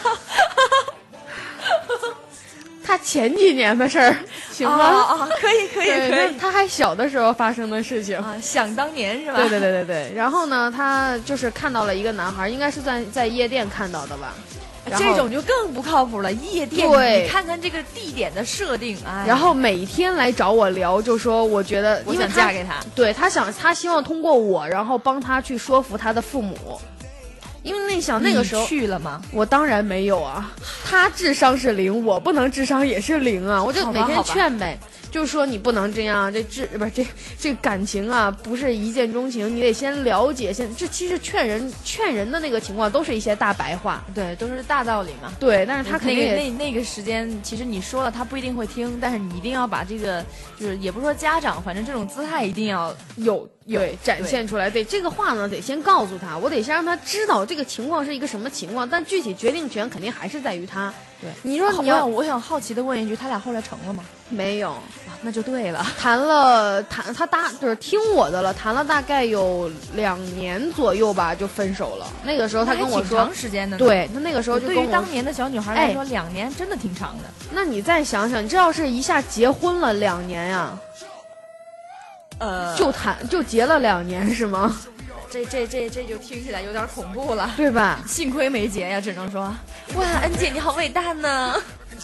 她前几年的事儿，行吗？ 啊、哦，可以可以可以。 她还小的时候发生的事情啊，想当年是吧？ 对对对对对。然后呢，她就是看到了一个男孩，应该是在在夜店看到的吧。 这种就更不靠谱了，夜店， 对， 你看看这个地点的设定啊。 然后每天来找我聊，就说我觉得我想嫁给他， 对他想他希望通过我，然后帮他去说服他的父母。因为那想那个时候去了吗？ 我当然没有啊，他智商是零，我不能智商也是零啊，我就每天劝呗。就是说你不能这样，这智不是这这感情啊，不是一见钟情，你得先了解，先这其实劝人劝人的那个情况都是一些大白话， 对，都是大道理嘛。 对，但是他肯定那个那那个时间，其实你说了他不一定会听，但是你一定要把这个就是也不是说家长，反正这种姿态一定要有对展现出来。对这个话呢，得先告诉他，我得先让他知道这个情况是一个什么情况，但具体决定权肯定还是在于他。 对， 你说你要， 我想好奇的问一句，他俩后来成了吗？ 没有。 那就对了， 谈了谈他搭就是听我的了，谈了大概有两年左右吧，就分手了。那个时候他跟我说， 长时间的， 对他那个时候就跟我对于当年的小女孩来说，哎、两年真的挺长的。 那你再想想，你这要是一下结婚了两年呀、啊， 呃， 就谈就结了两年是吗？ 这这这这就听起来有点恐怖了， 对吧？ 幸亏没结呀，只能说，哇，恩姐你好伟大呢。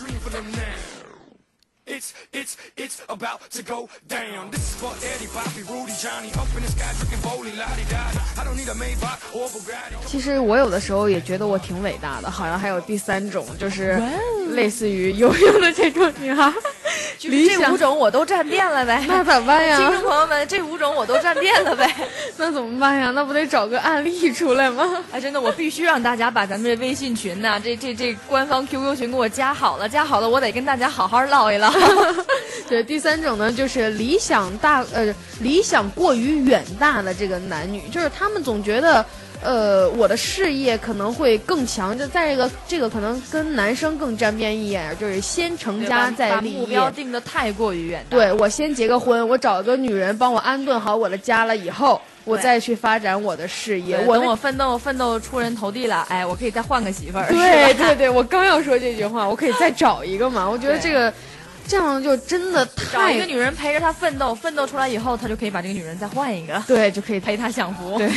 It's, it's, it's about to go down. This is for Eddie, Bobby, Rudy, Johnny. Up in the sky, drinking bowling, la-di-da-di. I don't need a Maybach or Bugatti. 其实我有的时候也觉得我挺伟大的，好像还有第三种，就是类似于悠悠的这种女孩。 就是这五种我都占遍了呗， 那咋办呀？ 听众朋友们，这五种我都占遍了呗， 那怎么办呀？那不得找个案例出来吗？ 哎，真的，我必须让大家把咱们这微信群呐、啊，这这这官方 Q Q 群给我加好了，加好了，我得跟大家好好唠一唠。 对，第三种呢，就是理想大呃理想过于远大的这个男女，就是他们总觉得。呃，我的事业可能会更强，就再一个，这个可能跟男生更沾边一眼，就是先成家再立业， 把目标定得太过于远大。 对，我先结个婚，我找个女人帮我安顿好我的家了以后，我再去发展我的事业。 我等我奋斗奋斗出人头地了，哎，我可以再换个媳妇儿。 对对对，我刚要说这句话，我可以再找一个嘛。我觉得这个。 这样就真的太找一个女人陪着他奋斗，奋斗出来以后，他就可以把这个女人再换一个， 对，就可以陪他享福。 对。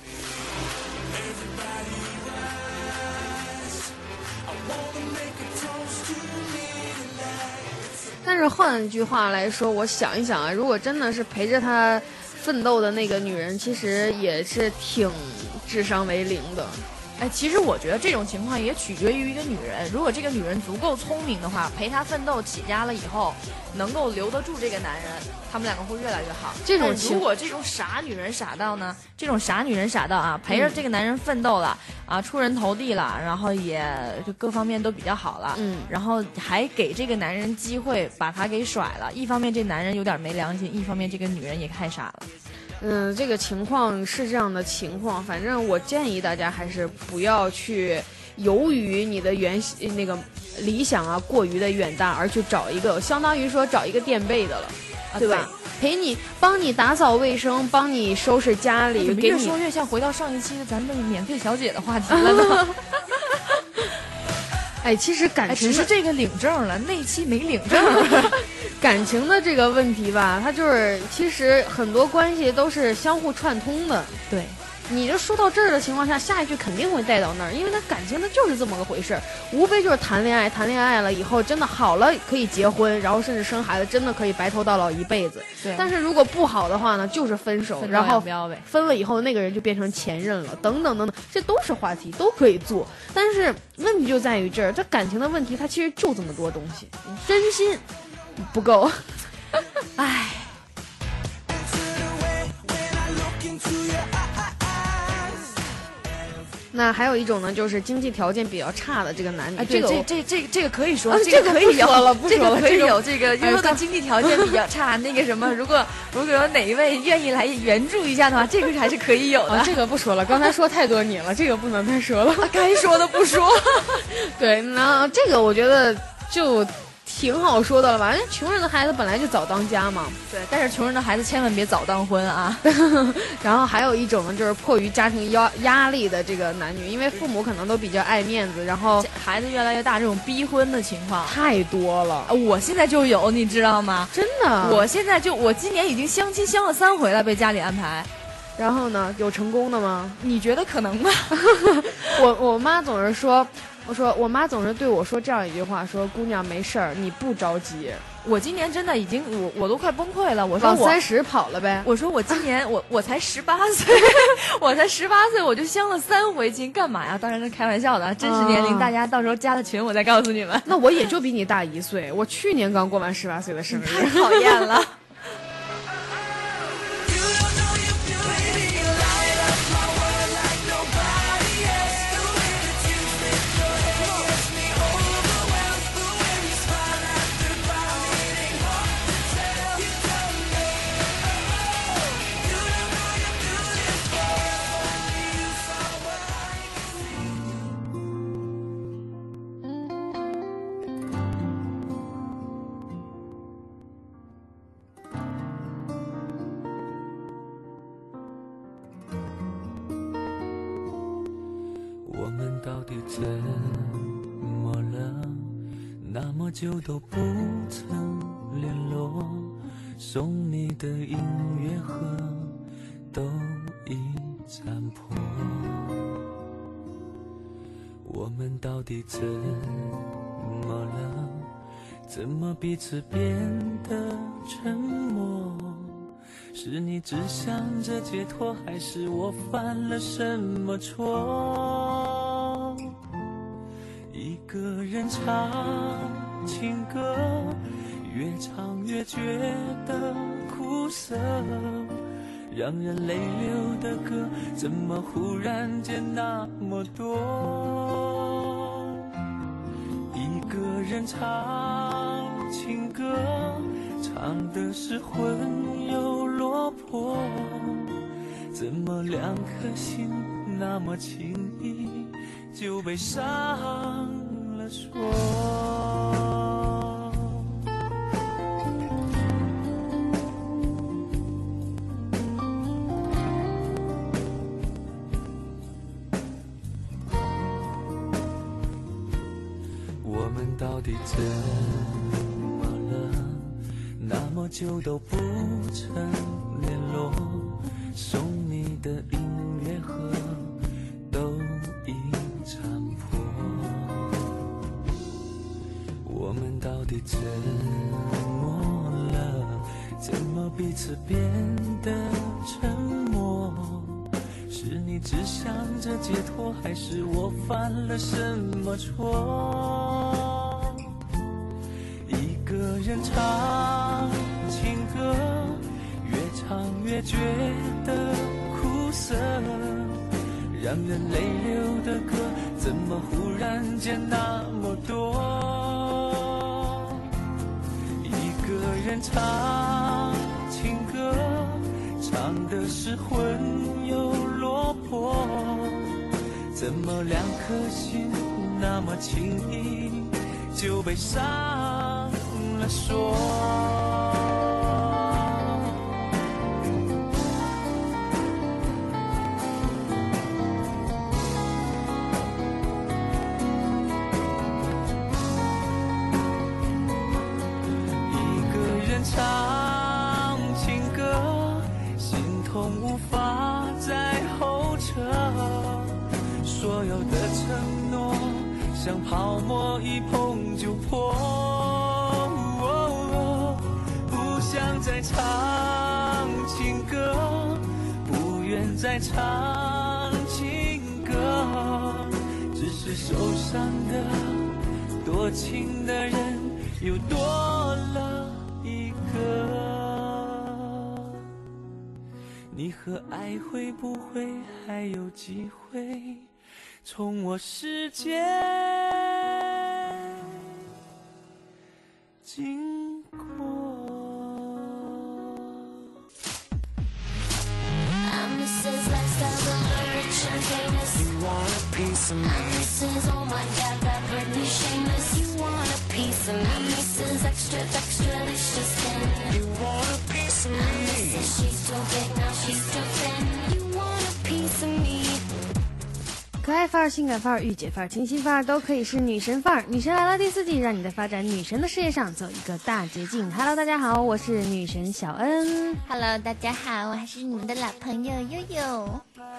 但是换句话来说，我想一想啊，如果真的是陪着他奋斗的那个女人，其实也是挺智商为零的。 哎，其实我觉得这种情况也取决于一个女人。如果这个女人足够聪明的话，陪他奋斗起家了以后，能够留得住这个男人，他们两个会越来越好。 这种如果这种傻女人傻到呢？这种傻女人傻到啊，陪着这个男人奋斗了、嗯、啊，出人头地了，然后也就各方面都比较好了， 嗯， 然后还给这个男人机会把他给甩了。一方面这男人有点没良心，一方面这个女人也太傻了。 嗯，这个情况是这样的情况，反正我建议大家还是不要去由于你的原那个理想啊过于的远大而去找一个相当于说找一个垫背的了，啊、对吧？对，陪你帮你打扫卫生，帮你收拾家里，给你越说越像回到上一期的咱们免费小姐的话题了呢。 哎，其实感情、 哎、只是这个领证了，那期没领证。 感情的这个问题吧，它就是其实很多关系都是相互串通的。 对， 你就说到这儿的情况下，下一句肯定会带到那儿，因为它感情它就是这么个回事儿，无非就是谈恋爱，谈恋爱了以后真的好了可以结婚，然后甚至生孩子，真的可以白头到老一辈子。 对， 但是如果不好的话呢，就是分手， 分然后分了以后那个人就变成前任了，等等等等，这都是话题，都可以做。但是问题就在于这儿，这感情的问题它其实就这么多东西，真心不够。唉。那还有一种呢，就是经济条件比较差的这个男女， 哎、 这个这这这这个可以说， 啊、 这个可以有了，不说了， 这个可以有这个悠悠的哎、 经济条件比较差，那个什么，如果如果有哪一位愿意来援助一下的话，这个还是可以有的。 啊、这个不说了，刚才说太多你了，这个不能再说了， 啊、该说的不说。 对，那这个我觉得就挺好说的了吧？人家穷人的孩子本来就早当家嘛。 对，但是穷人的孩子千万别早当婚啊。 然后还有一种呢，就是迫于家庭压压力的这个男女，因为父母可能都比较爱面子，然后孩子越来越大，这种逼婚的情况太多了。 我现在就有，你知道吗？ 真的， 我现在就我今年已经相亲相了三回了，被家里安排。 然后呢，有成功的吗？ 你觉得可能吗？ 我我妈总是说。我说，我妈总是对我说这样一句话，说姑娘没事儿，你不着急。 我今年真的已经，我我都快崩溃了。我说往三十跑了呗。 我说我今年我我才十八岁，我才十八岁，我就相了三回亲，干嘛呀？当然是开玩笑的，真实年龄、啊、大家到时候加了群，我再告诉你们。 那我也就比你大一岁，我去年刚过完十八岁的生日， 太讨厌了。 我们到底怎么了？那么久都不曾联络，送你的音乐盒都已残破。我们到底怎么了？怎么彼此变得沉默？是你只想着解脱，还是我犯了什么错？一个人唱情歌，越唱越觉得苦涩，让人泪流的歌，怎么忽然间那么多？一个人唱情歌，唱的是魂又落魄，怎么两颗心那么轻易就被伤了说？我们到底怎么了？ 久都不曾联络，送你的音乐盒都已残破，我们到底怎么了？怎么彼此变得沉默？是你只想着解脱，还是我犯了什么错？一个人唱情歌，越唱越觉得苦涩，让人泪流的歌，怎么忽然间那么多？一个人唱情歌，唱的是魂又落魄，怎么两颗心那么轻易就被伤了说？一个人唱情歌，心痛无法再后撤，所有的承诺像泡沫一碰就破，哦，不想再唱情歌，不愿再唱情歌，只是受伤的多情的人又多了一个。你和爱会不会还有机会从我世界经过？ I'm Missus Lifestyle, the rich and famous. You want a piece of me? I'm Missus Oh my God, that Britney shameless. You want a piece of me? I'm Missus Extra, extra, delicious thin. You want a piece of me? I'm Missus She's too big, now she's too thin. You want a piece of me? 可爱范儿、性感范儿、御姐范儿、清新范儿都可以是女神范儿。女神来了第四季，让你在发展女神的事业上走一个大捷径。Hello， 大家好，我是女神小恩。 Hello， 大家好，我还是你们的老朋友悠悠。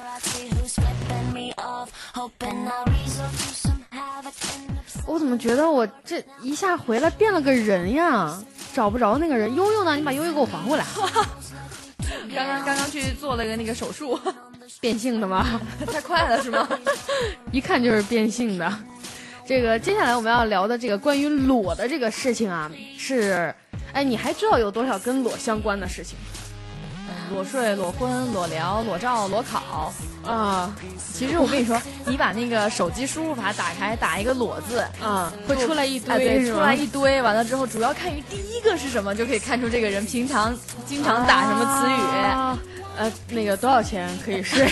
我怎么觉得我这一下回来变了个人呀？找不着那个人。悠悠呢？你把悠悠给我还回来。 刚刚刚刚去做了个那个手术， 变性的吗？ 太快了是吗？ 一看就是变性的。这个接下来我们要聊的这个关于裸的这个事情啊，是，哎，你还知道有多少跟裸相关的事情？ 裸睡、裸婚、裸聊、裸照、裸考啊！ 其实我跟你说，你把那个手机输入法打开，打一个裸字啊，会出来一堆， 啊、对，出来一堆。完了之后，主要看于第一个是什么，就可以看出这个人平常经常打什么词语。 啊、呃，那个多少钱可以睡？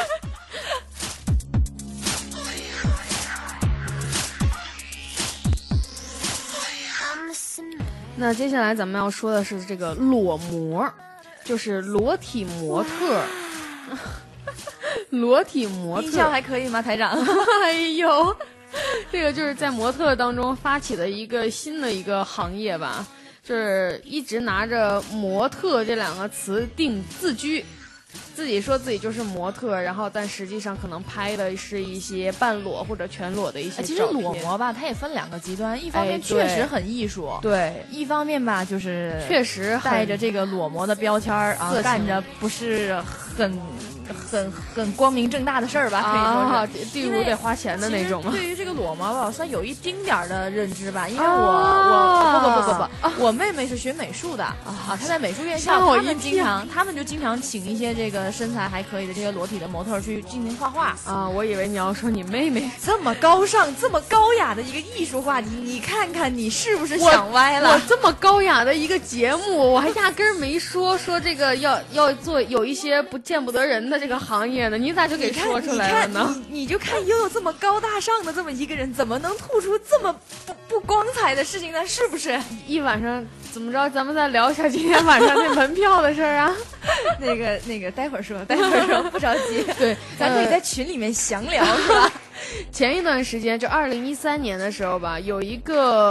那接下来咱们要说的是这个裸模。就是裸体模特，裸体模特， 音效还可以吗，台长？ 哎呦，这个就是在模特当中发起的一个新的一个行业吧，就是一直拿着模特这两个词定自居。自己说自己就是模特，然后但实际上可能拍的是一些半裸或者全裸的一些照片。 其实裸模吧，它也分两个极端，一方面确实很艺术， 哎、对， 一方面吧就是确实带着这个裸模的标签啊，干着不是很很很光明正大的事儿吧，可以说是， 啊、例如得花钱的那种。 对于这个裸模吧，算有一丁点儿的认知吧，因为我、啊、我不不不不不，啊、我妹妹是学美术的啊，她在美术院校，他们经常他们就经常请一些这个身材还可以的这些裸体的模特去进行画画啊。我以为你要说你妹妹这么高尚、这么高雅的一个艺术话题，你看看你是不是想歪了？ 我, 我这么高雅的一个节目，我还压根儿没说说这个要要做有一些不见不得人的这个行业呢，你咋就给说出来了呢？ 你, 你, 你就看悠悠这么高大上的这么一个人，怎么能吐出这么不不光彩的事情呢？是不是？ 一晚上怎么着？咱们再聊一下今天晚上那门票的事儿啊。 那个那个，待会儿说，待会儿说，不着急。 对， 咱可以在群里面详聊，是吧？ 前一段时间，就二零一三年的时候吧，有一个。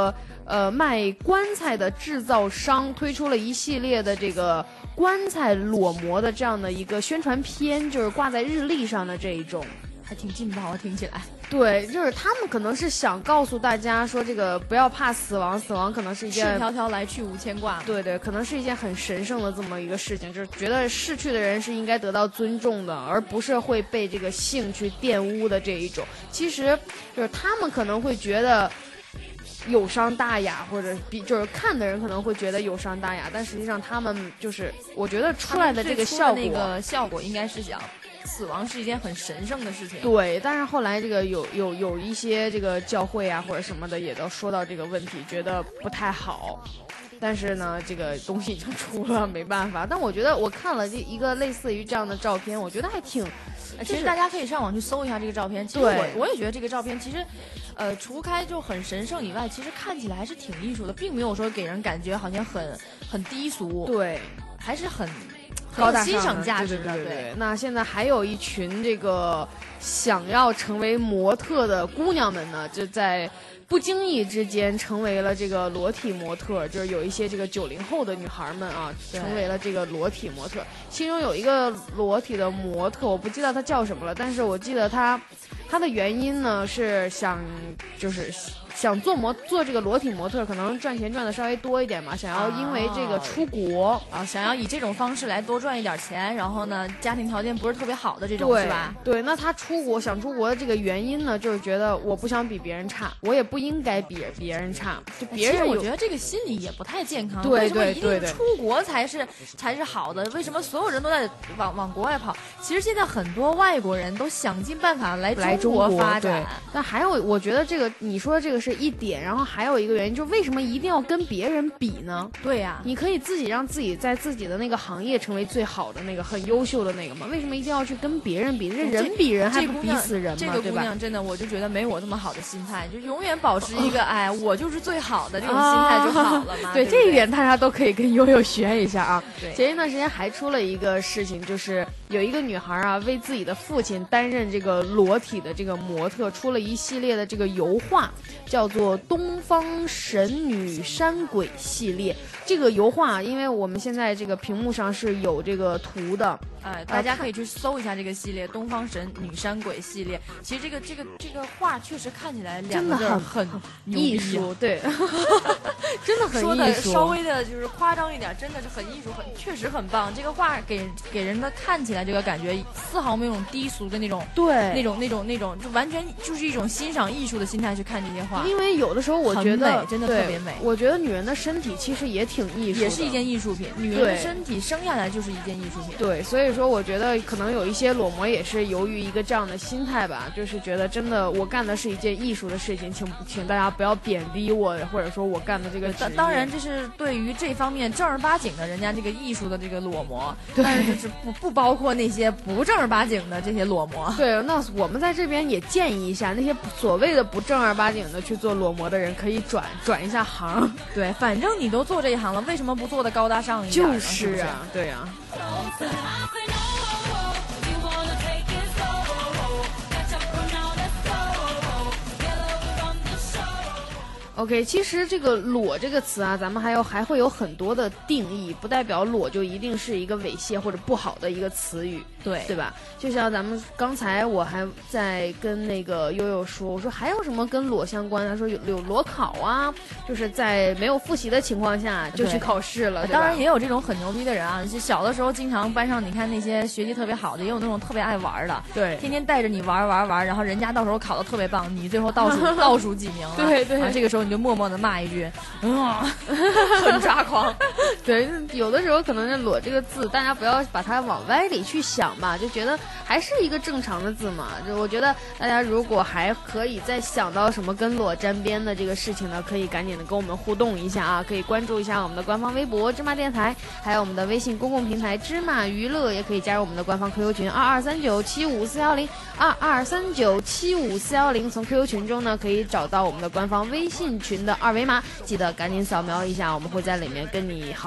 呃卖棺材的制造商推出了一系列的这个棺材裸模的这样的一个宣传片，就是挂在日历上的这一种。 还挺劲爆，听起来。 对，就是他们可能是想告诉大家说，这个不要怕死亡，死亡可能是一件赤条条来去无牵挂。 对对，可能是一件很神圣的这么一个事情，就是觉得逝去的人是应该得到尊重的，而不是会被这个性去玷污的这一种。其实就是他们可能会觉得有伤大雅，或者比就是看的人可能会觉得有伤大雅，但实际上他们就是我觉得出来的这个效果， 那个效果应该是想。死亡是一件很神圣的事情， 对。但是后来这个有有有一些这个教会啊或者什么的也都说到这个问题，觉得不太好。但是呢，这个东西已经出了，没办法。但我觉得我看了这一个类似于这样的照片，我觉得还挺。 其实大家可以上网去搜一下这个照片。其实我我也觉得这个照片其实，呃，除开就很神圣以外，其实看起来还是挺艺术的，并没有说给人感觉好像很很低俗。 对， 还是很。 高大上欣赏价值的， 对对 对, 对, 对。那现在还有一群这个想要成为模特的姑娘们呢，就在不经意之间成为了这个裸体模特，就是有一些这个九零后的女孩们啊，成为了这个裸体模特。其中有一个裸体的模特，我不记得她叫什么了，但是我记得她，她的原因呢是想就是。想做模做这个裸体模特，可能赚钱赚的稍微多一点嘛，想要因为这个出国啊，想要以这种方式来多赚一点钱，然后呢，家庭条件不是特别好的这种，是吧？ 对，那他出国想出国的这个原因呢，就是觉得我不想比别人差，我也不应该比别人差，就别人我觉得这个心理也不太健康。 对对对对， 出国才是才是好的，为什么所有人都在往往国外跑？其实现在很多外国人都想尽办法来中国发展。 但还有，我觉得这个你说的这个是。一点，然后还有一个原因就是为什么一定要跟别人比呢？ 对呀、啊， 你可以自己让自己在自己的那个行业成为最好的那个很优秀的那个嘛？为什么一定要去跟别人比？这人比人还不比死人吗？ 这个姑娘真的，我就觉得没我这么好的心态，就永远保持一个、哦、哎，我就是最好的这种心态就好了嘛。 啊、对, 对, 对这一点大家都可以跟悠悠学一下啊。 对， 前一段时间还出了一个事情，就是有一个女孩啊，为自己的父亲担任这个裸体的这个模特，出了一系列的这个油画，叫做东。东方神女山鬼系列，这个油画，因为我们现在这个屏幕上是有这个图的， 哎，大家可以去搜一下这个系列，东方神女山鬼系列。其实这个这个这个画确实看起来两个字很很艺术，对，真的很艺术。 稍微的就是夸张一点，真的是很艺术，很确实很棒。这个画给给人的看起来这个感觉丝毫没有那种低俗的那种， 对， 那种那种那种，就完全就是一种欣赏艺术的心态去看这些画。 因为有的时候我觉得真的特别美， 我觉得女人的身体其实也挺艺术的， 也是一件艺术品。女人的身体生下来就是一件艺术品。 对，所以说我觉得可能有一些裸模也是由于一个这样的心态吧，就是觉得真的我干的是一件艺术的事情，请请大家不要贬低我，或者说我干的这个职业。 当然这是对于这方面正儿八经的人家这个艺术的这个裸模，但是就是不不包括那些不正儿八经的这些裸模。 对，那我们在这边也建议一下那些所谓的不正儿八经的去做裸模的人，可以转转一下行。 对，反正你都做这一行了，为什么不做的高大上一点呢？ 就是啊，对啊。OK， 其实这个裸这个词啊，咱们还有还会有很多的定义，不代表裸就一定是一个猥亵或者不好的一个词语， 对对吧？就像咱们刚才我还在跟那个悠悠说，我说还有什么跟裸相关？他说有有裸考啊，就是在没有复习的情况下就去考试了。 当然也有这种很牛逼的人啊，就小的时候经常班上你看那些学习特别好的，也有那种特别爱玩的， 对， 天天带着你玩玩玩，然后人家到时候考得特别棒，你最后倒数倒数几名了， 对对、 啊，这个时候你就默默的骂一句，嗯，很抓狂。 对，有的时候可能是裸这个字，大家不要把它往歪里去想吧，就觉得还是一个正常的字嘛。就我觉得大家如果还可以再想到什么跟裸沾边的这个事情呢，可以赶紧的跟我们互动一下啊，可以关注一下我们的官方微博芝麻电台，还有我们的微信公共平台芝麻娱乐，也可以加入我们的官方 Q Q 群二二三九七五四幺零二二三九七五四幺零，从 Q Q 群中呢可以找到我们的官方微信群的二维码，记得赶紧扫描一下，我们会在里面跟你好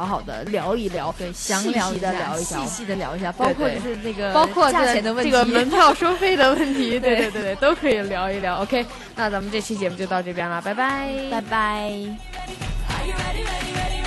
好好的聊一聊， 对， 详细聊的细的聊一下，细细的聊一下，包括就是那个包括价钱的问题， 这个门票收费的问题，对对对对对，都可以聊一聊。OK， 那咱们这期节目就到这边了，拜拜， 拜拜。 Are you ready, ready, ready?